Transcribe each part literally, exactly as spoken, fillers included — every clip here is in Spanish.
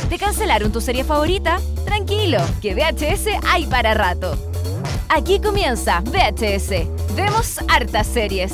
¿Te cancelaron tu serie favorita? Tranquilo, que V H S hay para rato. Aquí comienza V H S. Vemos hartas series.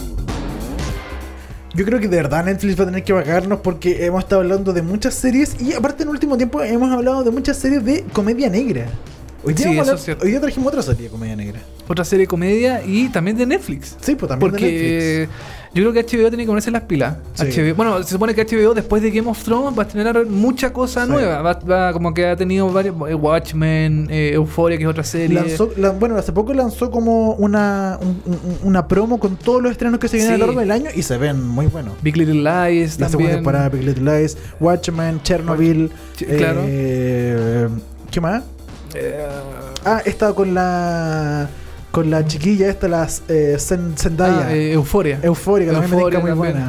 Yo creo que de verdad Netflix va a tener que pagarnos porque hemos estado hablando de muchas series y aparte en el último tiempo hemos hablado de muchas series de comedia negra. Hoy día, Sí, vamos a eso hablar- es cierto. hoy día trajimos otra serie de comedia negra. Otra serie de comedia y también de Netflix. Sí, pues también de Porque Netflix. yo creo que H B O tiene que ponerse las pilas. Sí. H B O, bueno, se supone que H B O después de Game of Thrones va a tener mucha cosa Sí. nueva. Va, va- como que ha tenido varios. eh, Watchmen, eh, Euphoria, que es otra serie. Lanzó, la- bueno, hace poco lanzó como una, un- un- una promo con todos los estrenos que se vienen Sí. a lo largo del año y se ven muy buenos. Big Little Lies La segunda también. temporada de Big Little Lies, Watchmen, Chernobyl. Ch- claro. eh, ¿Qué más? Eh, Ah, he estado con la con la chiquilla esta, las eh, Zen- Zendaya. ah, eh, Euphoria. Eufórica, también me Euphoria tinca muy también. buena.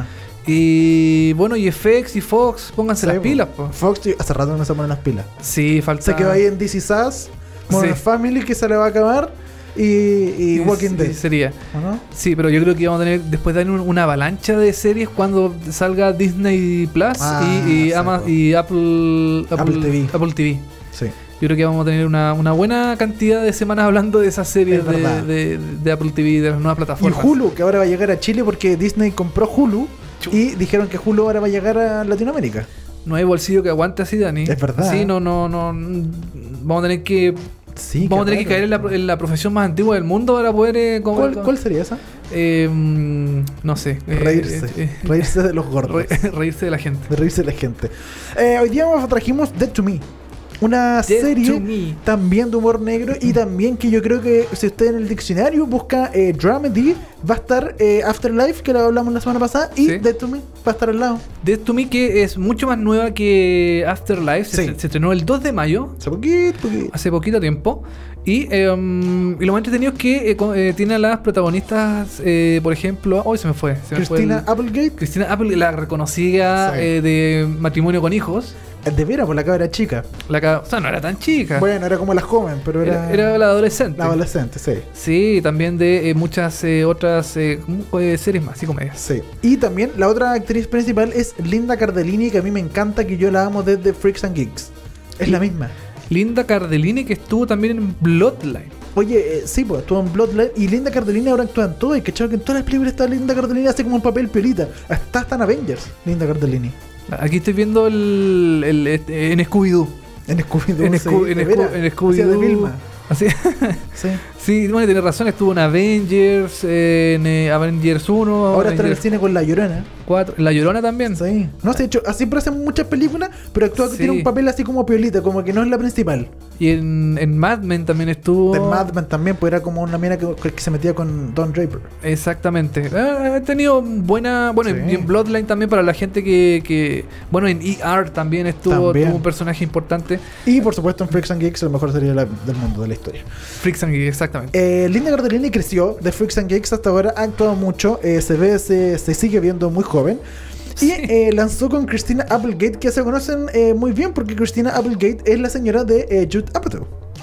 Y bueno, y F X y Fox, pónganse Sí, las po. pilas, po. Fox tío, hace rato no se ponen las pilas. Sí, falta. Se quedó ahí en D C S A S, Modern Sí. Family que se le va a acabar y, y Walking Sí, Dead. sería. ¿O no? Sí, pero yo creo que vamos a tener después de un- una avalancha de series cuando salga Disney Plus Ah, y, y, sí, Ama- po. y Apple, Apple T V. Apple T V. Sí. Yo creo que vamos a tener una, una buena cantidad de semanas hablando de esas series Es de, verdad. de, de Apple T V, de las nuevas Y plataformas. Hulu, que ahora va a llegar a Chile porque Disney compró Hulu Chu. y dijeron que Hulu ahora va a llegar a Latinoamérica. No hay bolsillo que aguante así, Dani. Es verdad. Sí, no, no, no. Vamos a tener que. Sí, vamos a qué tener que caer raro. en la, en la profesión más antigua del mundo para poder. eh, como- ¿Cuál, cuál sería esa? Eh, mm, no sé. eh, Reírse. eh, eh, Reírse de los gordos. re- reírse de la gente. De reírse de la gente. Eh, hoy día trajimos Dead to Me. Una Dead serie to Me. también de humor negro y también que yo creo que si usted en el diccionario busca eh, Dramedy, va a estar eh, Afterlife, que lo hablamos la semana pasada, y Sí. Dead to Me va a estar al lado. Dead to Me, que es mucho más nueva que Afterlife. Se, Sí. se estrenó el dos de mayo, Hace poquito, poquito. hace poquito tiempo. Y, eh, um, y lo más entretenido es que eh, co- eh, tiene a las protagonistas, eh, por ejemplo. Hoy se me fue. Se me fue Cristina el- Applegate. Cristina Apple, la reconocida Sí. eh, de Matrimonio con Hijos. eh, De veras, por la cabra chica. La ca- o sea, no era tan chica. Bueno, era como la joven, pero era, era, era la adolescente. la adolescente, sí. Sí, también de eh, muchas eh, otras eh, como, eh, series más y comedias. Sí. Y también la otra actriz principal es Linda Cardellini, que a mí me encanta, que yo la amo desde Freaks and Geeks. Es Y- la misma. Linda Cardellini, que estuvo también en Bloodline. Oye, eh, sí, pues estuvo en Bloodline y Linda Cardellini ahora actúa en todo. Y que que en todas las películas está Linda Cardellini, hace como un papel piolita. Hasta hasta en Avengers, Linda Cardellini. Aquí estoy viendo el, el- este, en Scooby-Doo. En Scooby-Doo. En, sí, Scoo- de en, veras. Scoo- en Hacía Scooby-Doo. de Vilma. Así. Sí. Sí, bueno, tiene razón. Estuvo en Avengers, en eh, Avengers uno, Ahora está en el Avengers cine con La Llorona. cuatro. La Llorona también. Sí. No sé, de hecho, así siempre hacen muchas películas, pero actúa Sí. tiene un papel así como piolita, como que no es la principal. Y en, en Mad Men también estuvo. De Mad Men también, pues era como una mina que, que se metía con Don Draper. Exactamente. Eh, ha tenido buena. Bueno, Sí. y en Bloodline también para la gente que. que bueno, en E R también estuvo También. tuvo un personaje importante. Y por supuesto en Freaks and Geeks, la mejor serie de la- del mundo, de la historia. Freaks and Geeks, exactamente. Eh, Linda Cardellini creció de Freaks and Geeks hasta ahora, ha actuado mucho, eh, se ve, se, se sigue viendo muy joven. Y Sí. eh, lanzó con Christina Applegate, que se conocen eh, muy bien porque Christina Applegate es la señora de eh, Judd Apatow.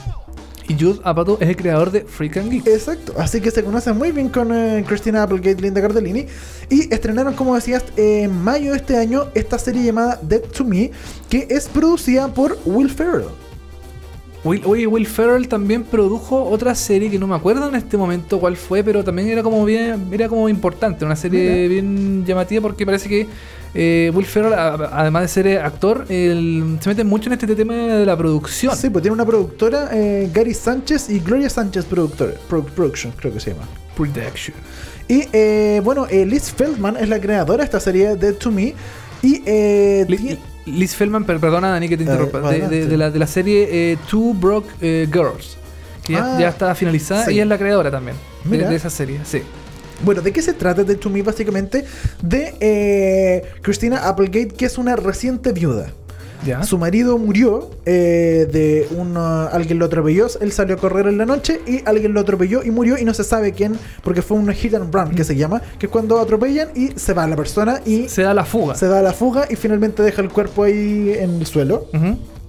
Y Judd Apatow es el creador de Freak and Geeks. Exacto, así que se conocen muy bien con eh, Christina Applegate, Linda Cardellini. Y estrenaron, como decías, en mayo de este año esta serie llamada Dead to Me, que es producida por Will Ferrell. Will, oye, Will Ferrell también produjo otra serie que no me acuerdo en este momento cuál fue, pero también era como bien, era como importante, una serie Mira. bien llamativa porque parece que eh, Will Ferrell, a- además de ser eh, actor, él se mete mucho en este tema de la producción. Sí, pues tiene una productora, eh, Gary Sánchez y Gloria Sánchez Productor, Pro- Production, creo que se llama. Production. Y eh, bueno, eh, Liz Feldman es la creadora de esta serie Dead to Me. Y eh, Liz, ti- Liz Feldman, per- perdona Dani que te Eh, interrumpa, de, adelante. de- de la, de la serie eh, Two Broke eh, Girls, que ya, Ah, ya está finalizada sí. y es la creadora también de, Mira. de esa serie, sí. bueno, ¿de qué se trata Dead to Me? Básicamente de eh, Christina Applegate, que es una reciente viuda. ¿Ya? Su marido murió eh, de un... uh, alguien lo atropelló, él salió a correr en la noche y alguien lo atropelló y murió y no se sabe quién, porque fue un hit and run que se llama, que es cuando atropellan y se va la persona y Se da la fuga. se da la fuga y finalmente deja el cuerpo ahí en el suelo. Ujú.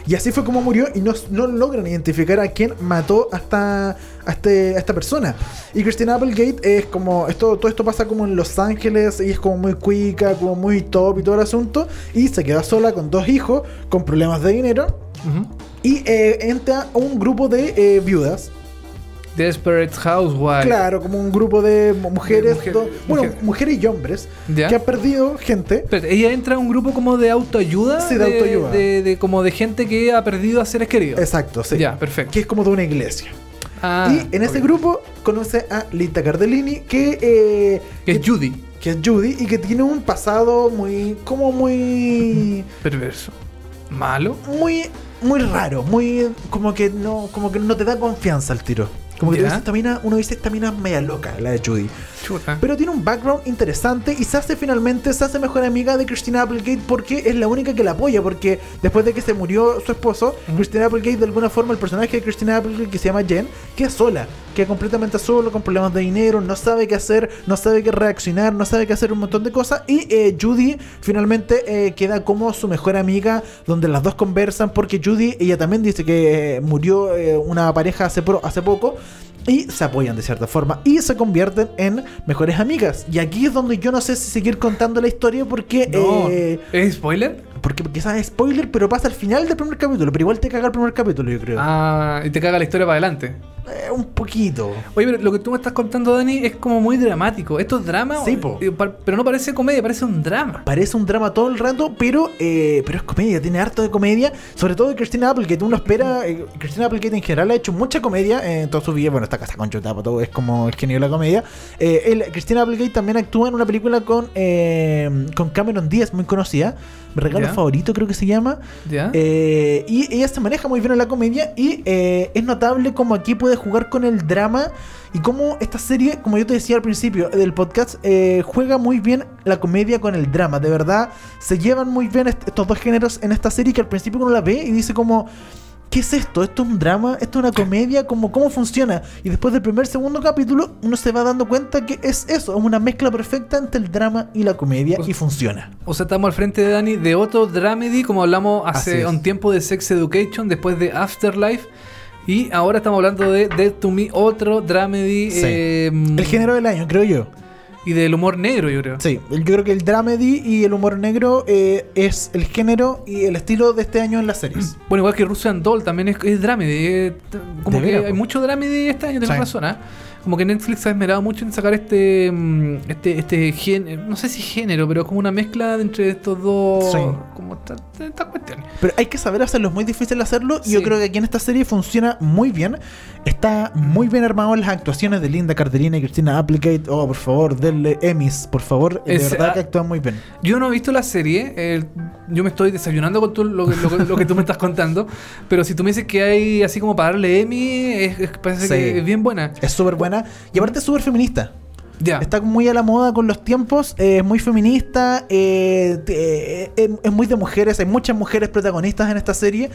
Y así fue como murió y no, no logran identificar a quién mató a esta, a este, a esta persona. Y Christina Applegate es como, esto, todo esto pasa como en Los Ángeles y es como muy cuica, como muy top y todo el asunto. Y se queda sola con dos hijos, con problemas de dinero. Uh-huh. Y eh, entra a un grupo de eh, viudas. Desperate Housewives. Claro, como un grupo de mujeres, De mujer- do- bueno, mujer. mujeres y hombres ¿Ya? que han perdido gente. Espérate, ella entra a un grupo como de autoayuda. Sí, de autoayuda. De, de- como de gente que ha perdido a seres queridos. Exacto, sí. Ya, perfecto. Que es como de una iglesia. Ah, y en ese ok. grupo conoce a Lita Cardellini, que, eh, Que es Judy. que es Judy y que tiene un pasado muy, como muy, Perverso. Malo. muy, muy raro, muy, como que no, como que no te da confianza al tiro. Como que tú Ya. dices, esta mina, uno dice, esta mina es media loca, la de Judy. Chuta. Pero tiene un background interesante y se hace finalmente, se hace mejor amiga de Christina Applegate porque es la única que la apoya. Porque después de que se murió su esposo, Ujú. Christina Applegate, de alguna forma, el personaje de Christina Applegate, que se llama Jen, queda sola, queda completamente solo, con problemas de dinero, no sabe qué hacer, no sabe qué reaccionar, no sabe qué hacer un montón de cosas. Y eh, Judy finalmente eh, queda como su mejor amiga, donde las dos conversan, porque Judy, ella también dice que eh, murió eh, una pareja hace, pro- hace poco. Y se apoyan de cierta forma y se convierten en mejores amigas. Y aquí es donde yo no sé si seguir contando la historia porque No. eh, ¿Es spoiler? porque quizás es spoiler, pero pasa al final del primer capítulo. Pero igual te caga el primer capítulo, yo creo. Ah, y te caga la historia para adelante. Eh, un poquito. Oye, pero lo que tú me estás contando, Dani, es como muy dramático. ¿Esto es drama? Sí, o- po. eh, pa- Pero no parece comedia, parece un drama. Parece un drama todo el rato, pero eh, pero es comedia, tiene harto de comedia. Sobre todo de Christina Applegate. Uno espera. Eh, Christina Applegate en general ha hecho mucha comedia eh, en toda su vida. Bueno, está casada con Chotapa, todo es como el genio de la comedia. Eh, él- Christina Applegate también actúa en una película con, eh, con Cameron Díaz, muy conocida. Mi regalo Ya. favorito, creo que se llama. ¿Ya? Eh, y ella se maneja muy bien en la comedia y eh, es notable como aquí puede jugar con el drama y como esta serie, como yo te decía al principio del podcast, eh, juega muy bien la comedia con el drama. De verdad, se llevan muy bien est- estos dos géneros en esta serie que al principio uno la ve y dice como... ¿Qué es esto? ¿Esto es un drama? ¿Esto es una comedia? ¿Cómo, ¿Cómo funciona? Y después del primer, segundo capítulo, uno se va dando cuenta que es eso, es una mezcla perfecta entre el drama y la comedia Pues- y funciona. O sea, estamos al frente de Dani de otro dramedy, como hablamos Así hace es. un tiempo de Sex Education, después de Afterlife. Y ahora estamos hablando de Dead to Me, otro dramedy. Sí. eh, El género del año, creo yo. Y del humor negro, yo creo. Sí, yo creo que el dramedy y el humor negro eh, es el género y el estilo de este año en las series. Bueno, igual que Russian Doll también es, es dramedy. eh, t- como ¿De que veras, hay po? mucho dramedy este año, tienes Sí. razón, ¿ah? Como que Netflix ha esmerado mucho en sacar este mm, este este género, no sé si género, pero es como una mezcla de entre estos dos, Sí. como esta- estas cuestiones. Pero hay que saber hacerlo, es muy difícil hacerlo. Y yo Sí. creo que aquí en esta serie funciona muy bien. Está muy bien armado en las actuaciones de Linda Cardellini y Christina Applegate. Oh, por favor, denle Emmys, por favor. De Es- verdad ah, que actúan muy bien. Yo no he visto la serie, eh, yo me estoy desayunando con todo lo, que- lo, que- lo que tú me estás contando, pero si tú me dices que hay así como para darle Emmy, es, es- parece Sí. que es bien buena. Es súper buena y aparte es súper feminista. Ya. Está muy a la moda con los tiempos, eh, es muy feminista, eh, te- eh, es muy de mujeres, hay muchas mujeres protagonistas en esta serie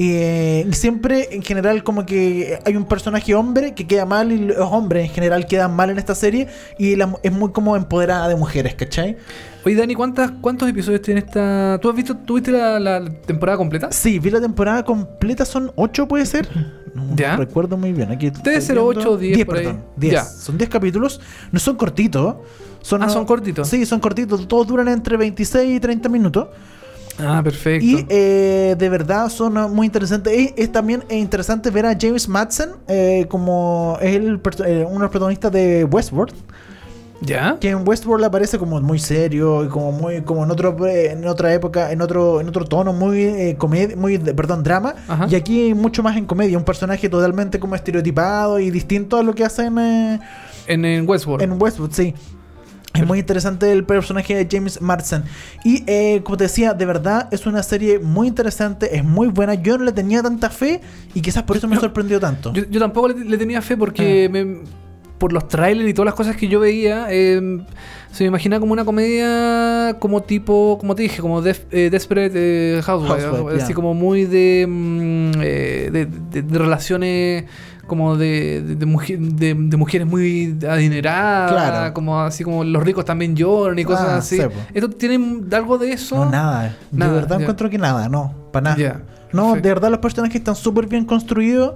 eh, y siempre en general como que hay un personaje hombre que queda mal y los hombres en general quedan mal en esta serie y la- es muy como empoderada de mujeres, ¿cachai? Oye, Dani, ¿cuántas, ¿cuántos episodios tiene esta? ¿Tú has visto, tuviste la, la temporada completa? Sí, vi la temporada completa, son ocho puede ser. No ¿Ya? recuerdo muy bien. Aquí Debe estoy ser viendo. ocho o diez por ahí. perdón. diez. Ya. Son diez capítulos. No son cortitos. Son, Ah, son cortitos. Sí, son cortitos. Todos duran entre veintiséis y treinta minutos. Ah, perfecto. Y eh, de verdad son uh, muy interesantes. Es, es también eh, interesante ver a James Madsen eh, como es el, perso- eh, uno de los protagonistas de Westworld. ¿Ya? Que en Westworld aparece como muy serio y como muy como en otro eh, en otra época, en otro en otro tono, muy eh, comedia, muy de- perdón, drama. Ajá. Y aquí mucho más en comedia, un personaje totalmente como estereotipado y distinto a lo que hacen eh, En, en Westworld. en Westworld, sí. Es muy interesante el personaje de James Marsden. Y eh, como te decía, de verdad es una serie muy interesante, es muy buena. Yo no le tenía tanta fe y quizás por eso me Yo- sorprendió tanto. Yo, yo tampoco le, le tenía fe porque Ah. me- por los trailers y todas las cosas que yo veía, eh, se me imagina como una comedia como tipo, como te dije, como Def- eh, Desperate eh, Housewives, Housewife, así ya. como muy de, mm, eh, de, de- de relaciones como de, de, de, mujer- de- de mujeres muy adineradas, Claro. como así como los ricos también lloran y cosas Ah, así. sí, po. ¿Esto tiene algo de eso? No, nada. Nada, de verdad ya. encuentro que nada, no, para nada. Ya, No, perfecto. de verdad los personajes están súper bien construidos.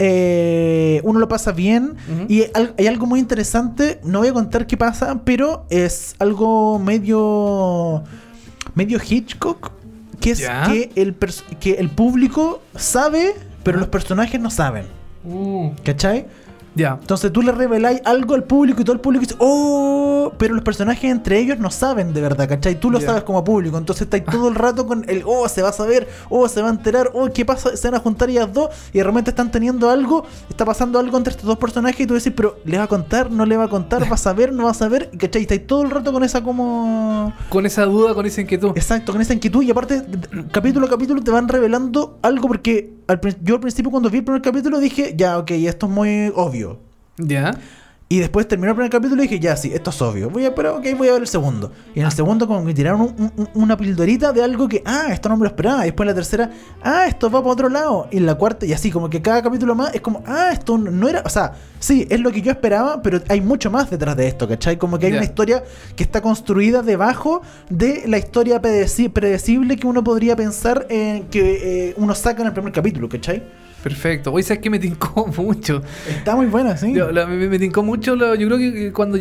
eh, uno lo pasa bien. Ujú. Y hay, hay algo muy interesante. No voy a contar qué pasa, pero es algo medio. medio Hitchcock. Que es Ya. que el, pers- que el público sabe, pero Ajá. los personajes no saben. Uh, ¿Cachai? ya. Entonces tú le reveláis algo al público y todo el público dice, oh, pero los personajes entre ellos no saben de verdad, ¿cachai? Tú lo Ya. sabes como público, entonces estáis todo el rato con el, oh, se va a saber, oh, se va a enterar, oh, ¿qué pasa? Se van a juntar ellas dos y de repente están teniendo algo, está pasando algo entre estos dos personajes y tú decís, pero ¿le va a contar? ¿No le va a contar? ¿Va a saber? ¿No va a saber? Y, ¿cachai? Estáis todo el rato con esa como... Con esa duda, con esa inquietud. Exacto, con esa inquietud y aparte, capítulo a capítulo te van revelando algo porque al prin- yo al principio cuando vi el primer capítulo dije, ya, ok, esto es muy obvio. Ya. Y después terminó el primer capítulo y dije, ya, sí, esto es obvio. Voy a, pero ok, voy a ver el segundo. Y en el segundo como que tiraron un- un- una pildorita de algo que, ah, esto no me lo esperaba. Y después en la tercera, ah, esto va para otro lado. Y en la cuarta, y así, como que cada capítulo más es como, ah, esto no era... O sea, sí, es lo que yo esperaba, pero hay mucho más detrás de esto, ¿cachai? Como que hay Ya. una historia que está construida debajo de la historia predeci- predecible que uno podría pensar eh, que eh, uno saca en el primer capítulo, ¿cachai? Perfecto. Hoy sabes que me tincó mucho. Está muy buena, sí. Yo, la- me, me tincó mucho. lo- yo creo que cuando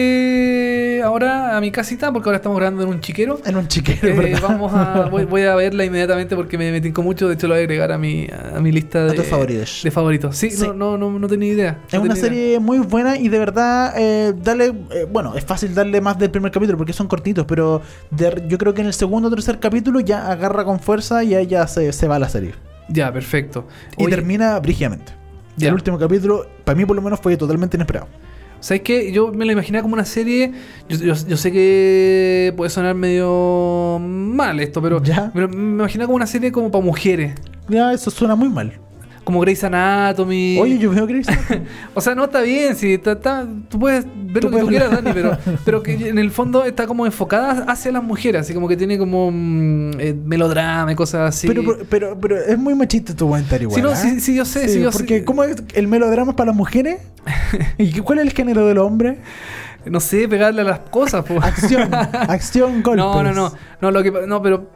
llegue ahora a mi casita, porque ahora estamos grabando en un chiquero, En un chiquero, eh, ¿verdad? vamos a voy, voy a verla inmediatamente porque me, me tincó mucho. De hecho, lo voy a agregar a mi, a mi lista de, tus favoritos. de favoritos. Sí, Sí. No, no, no, no tenía idea. Es No una tenía idea. serie muy buena y de verdad, eh, dale, eh, bueno, es fácil darle más del primer capítulo porque son cortitos, pero de- yo creo que en el segundo o tercer capítulo ya agarra con fuerza y ahí ya se, se va la serie. Ya, perfecto. Y Oye, termina brígidamente. Ya. El último capítulo, para mí por lo menos, fue totalmente inesperado. ¿sabes qué? Yo me lo imaginaba como una serie. Yo, yo, yo sé que puede sonar medio mal esto, pero Ya. me, lo- me imaginaba como una serie como para mujeres. Ya, eso suena muy mal. Como Grey's Anatomy. Oye, yo veo que O sea, no está bien, sí, está, está- tú puedes ver Tú lo que tú puedes- quieras, Dani, pero, pero que en el fondo está como enfocada hacia las mujeres, así como que tiene como mm, eh, melodrama y cosas así. pero, pero, pero, pero es muy machista tu comentario, Sí, igual. no, ¿ah? sí, sí, yo sé, sí, yo porque sé. ¿cómo es el melodrama es para las mujeres? ¿Y qué- cuál es el género del hombre? No sé, pegarle a las cosas, po. Acción, acción, golpes. No, no, no, no, lo que pa- no, pero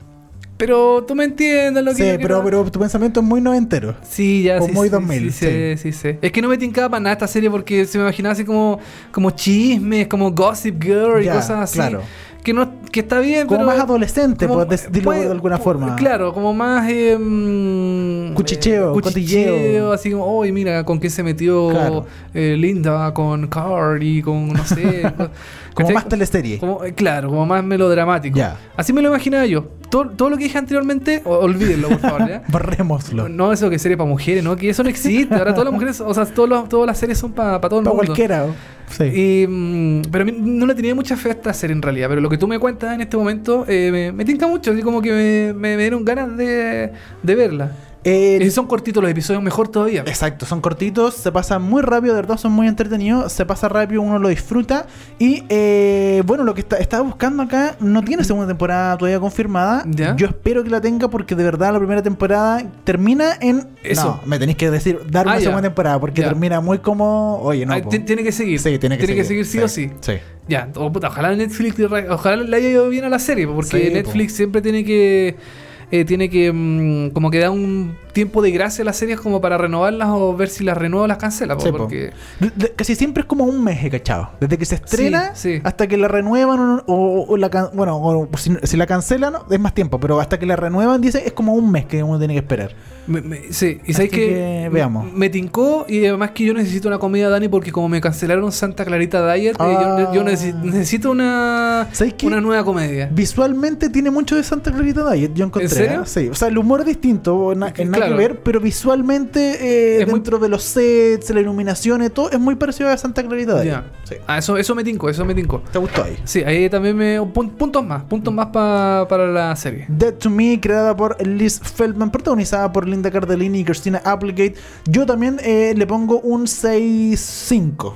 pero tú me entiendes lo que Sí, yo pero, quiero- pero tu pensamiento es muy noventero. Sí, ya, o sí, muy sí, dos mil, sí, sí, sí, sí. Es que no me tincaba para nada esta serie porque se me imaginaba así como, como chismes, como Gossip Girl y Ya, cosas así. claro. Que no, que está bien, Como pero más adolescente, como- por decirlo puede- de alguna pu- forma. Claro, como más eh, mm, Cuchicheo, eh, cotilleo. así como, oye, mira, con quién se metió Claro. eh, Linda, con Card y con, no sé. co- Como ¿cachai? más teleserie. Como, eh, claro, como más melodramático. Ya. Así me lo imaginaba yo. Todo, todo lo que dije anteriormente, o- olvídenlo, por favor, ¿ya? Barrémoslo. No, eso que serie para mujeres, ¿no? Que eso no existe. Ahora todas las mujeres, o sea, todos los- todas las series son para todo el Para mundo. cualquiera. Sí. Y, mm, pero a mí no le tenía mucha fe a esta serie en realidad. Pero lo que tú me cuentas en este momento eh, me, me tinca mucho. Así como que me, me- me dieron ganas de, de verla. Eh, Y si son cortitos los episodios, mejor todavía. Exacto, son cortitos, se pasan muy rápido, de verdad son muy entretenidos, se pasa rápido, uno lo disfruta. Y eh, bueno, lo que está, estaba buscando acá no tiene segunda temporada todavía confirmada. ¿Ya? Yo espero que la tenga porque de verdad la primera temporada termina en... Eso. No, me tenéis que decir, dar Ah, una ya. segunda temporada porque Ya. termina muy como... Oye, no. Ay, po. ti- tiene que seguir. Sí, tiene que seguir. seguir sí, o sí. Sí. Ya, oh, puta, ojalá Netflix, ojalá le haya ido bien a la serie, porque Sí, po. Netflix siempre tiene que eh, tiene que mm, como que da un tiempo de gracia a las series como para renovarlas o ver si las renueva o las cancela, po, Sí, po. porque De- de- casi siempre es como un mes, ¿cachado? Desde que se estrena Sí, sí. hasta que la renuevan o, o- o la can- bueno, o si, si la cancelan es más tiempo, pero hasta que la renuevan dice es como un mes que uno tiene que esperar. me- me- sí, y sabes Así que, que veamos. me tincó y además que yo necesito una comida, Dani, porque como me cancelaron Santa Clarita Diet, eh, Ah. yo, yo necesi- necesito una ¿Sabes qué? una nueva comedia. Visualmente tiene mucho de Santa Clarita Diet, yo encontré. ¿En serio? ¿eh? Sí, o sea, el humor es distinto, na- Es que, nada claro. que ver, pero visualmente eh, Es muy- dentro de los sets, la iluminación y todo, es muy parecido a Santa Clarita Diet. Ya. Sí. Ah, eso eso me tincó, eso me tincó. ¿Te gustó ahí? Sí, ahí también me pun- puntos más, puntos más pa- para la serie. Dead to Me, creada por Liz Feldman, protagonizada por Linda Cardellini y Christina Applegate. Yo también eh, le pongo un seis cinco.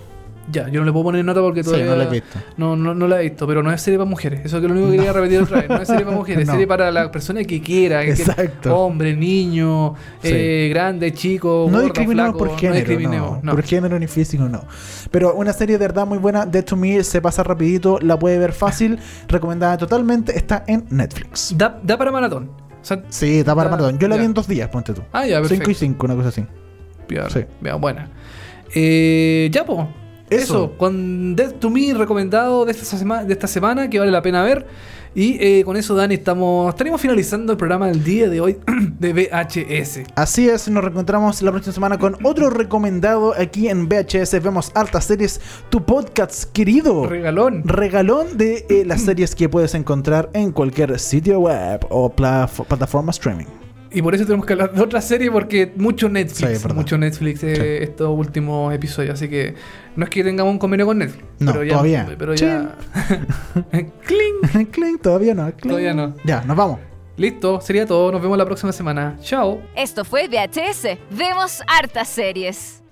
Ya, yo no le puedo poner nota porque Sí, todavía no la he visto. No, no, no la he visto, pero no es serie para mujeres. Eso es lo único que quería repetir otra vez. No es serie para mujeres, es No. serie para la persona que quiera. Que Exacto. quiera- hombre, niño, Sí. eh, grande, chico, No gordo, discriminamos flaco, por género, no discriminemos. no. no. Por género ni físico, no. Pero una serie de verdad muy buena. Dead to Me se pasa rapidito, la puede ver fácil, recomendada totalmente. Está en Netflix. Da, da para maratón. O sea, Sí, está para Da- maratón. Yo la ya. vi en dos días, ponte tú. Ah, ya, perfecto. Cinco y cinco, una cosa así. Bien, Sí. bien, buena. Eh, ya, po. Eso. Eso. Con Death to Me recomendado de esta, sema- de esta semana, que vale la pena ver. Y eh, con eso, Dani, estamos estaríamos finalizando el programa del día de hoy de V H S. Así es, nos reencontramos la próxima semana con otro recomendado aquí en V H S. Vemos hartas series, tu podcast querido. Regalón. Regalón de eh, las series que puedes encontrar en cualquier sitio web o plaf- plataforma streaming. Y por eso tenemos que hablar de otra serie, porque mucho Sí, Netflix, es verdad. mucho Netflix eh, Sí. estos últimos episodios. Así que no es que tengamos un convenio con Netflix. No, pero ya, todavía. Pero ya. ¡Cling! Clink, todavía no. clink. Todavía no. Ya, nos vamos. Listo, sería todo. Nos vemos la próxima semana. Chao. Esto fue V H S. Vemos hartas series.